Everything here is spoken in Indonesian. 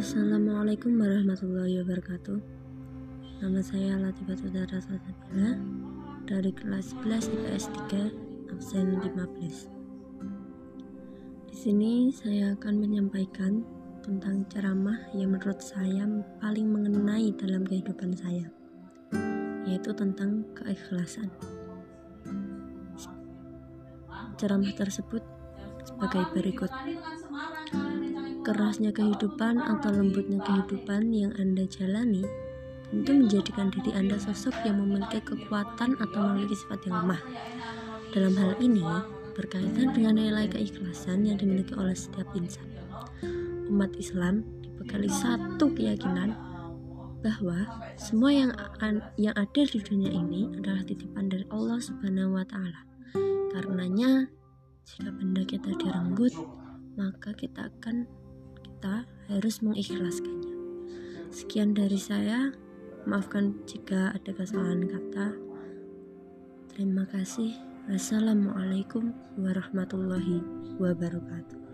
Assalamualaikum warahmatullahi wabarakatuh. Nama saya Latifah Saudara Salsabila dari kelas 11 IPS 3 absen 15. Di sini saya akan menyampaikan tentang ceramah yang menurut saya paling mengenai dalam kehidupan saya, yaitu tentang keikhlasan. Ceramah tersebut sebagai berikut. Kerasnya kehidupan atau lembutnya kehidupan yang Anda jalani tentu menjadikan diri Anda sosok yang memiliki kekuatan atau memiliki sifat yang lemah. Dalam hal ini berkaitan dengan nilai keikhlasan yang dimiliki oleh setiap insan. Umat Islam dibekali satu keyakinan bahwa semua yang ada di dunia ini adalah titipan dari Allah Subhanahu wa Ta'ala. Karenanya jika benda kita direnggut, maka kita harus mengikhlaskannya. Sekian dari saya. Maafkan jika ada kesalahan kata. Terima kasih. Wassalamualaikum warahmatullahi wabarakatuh.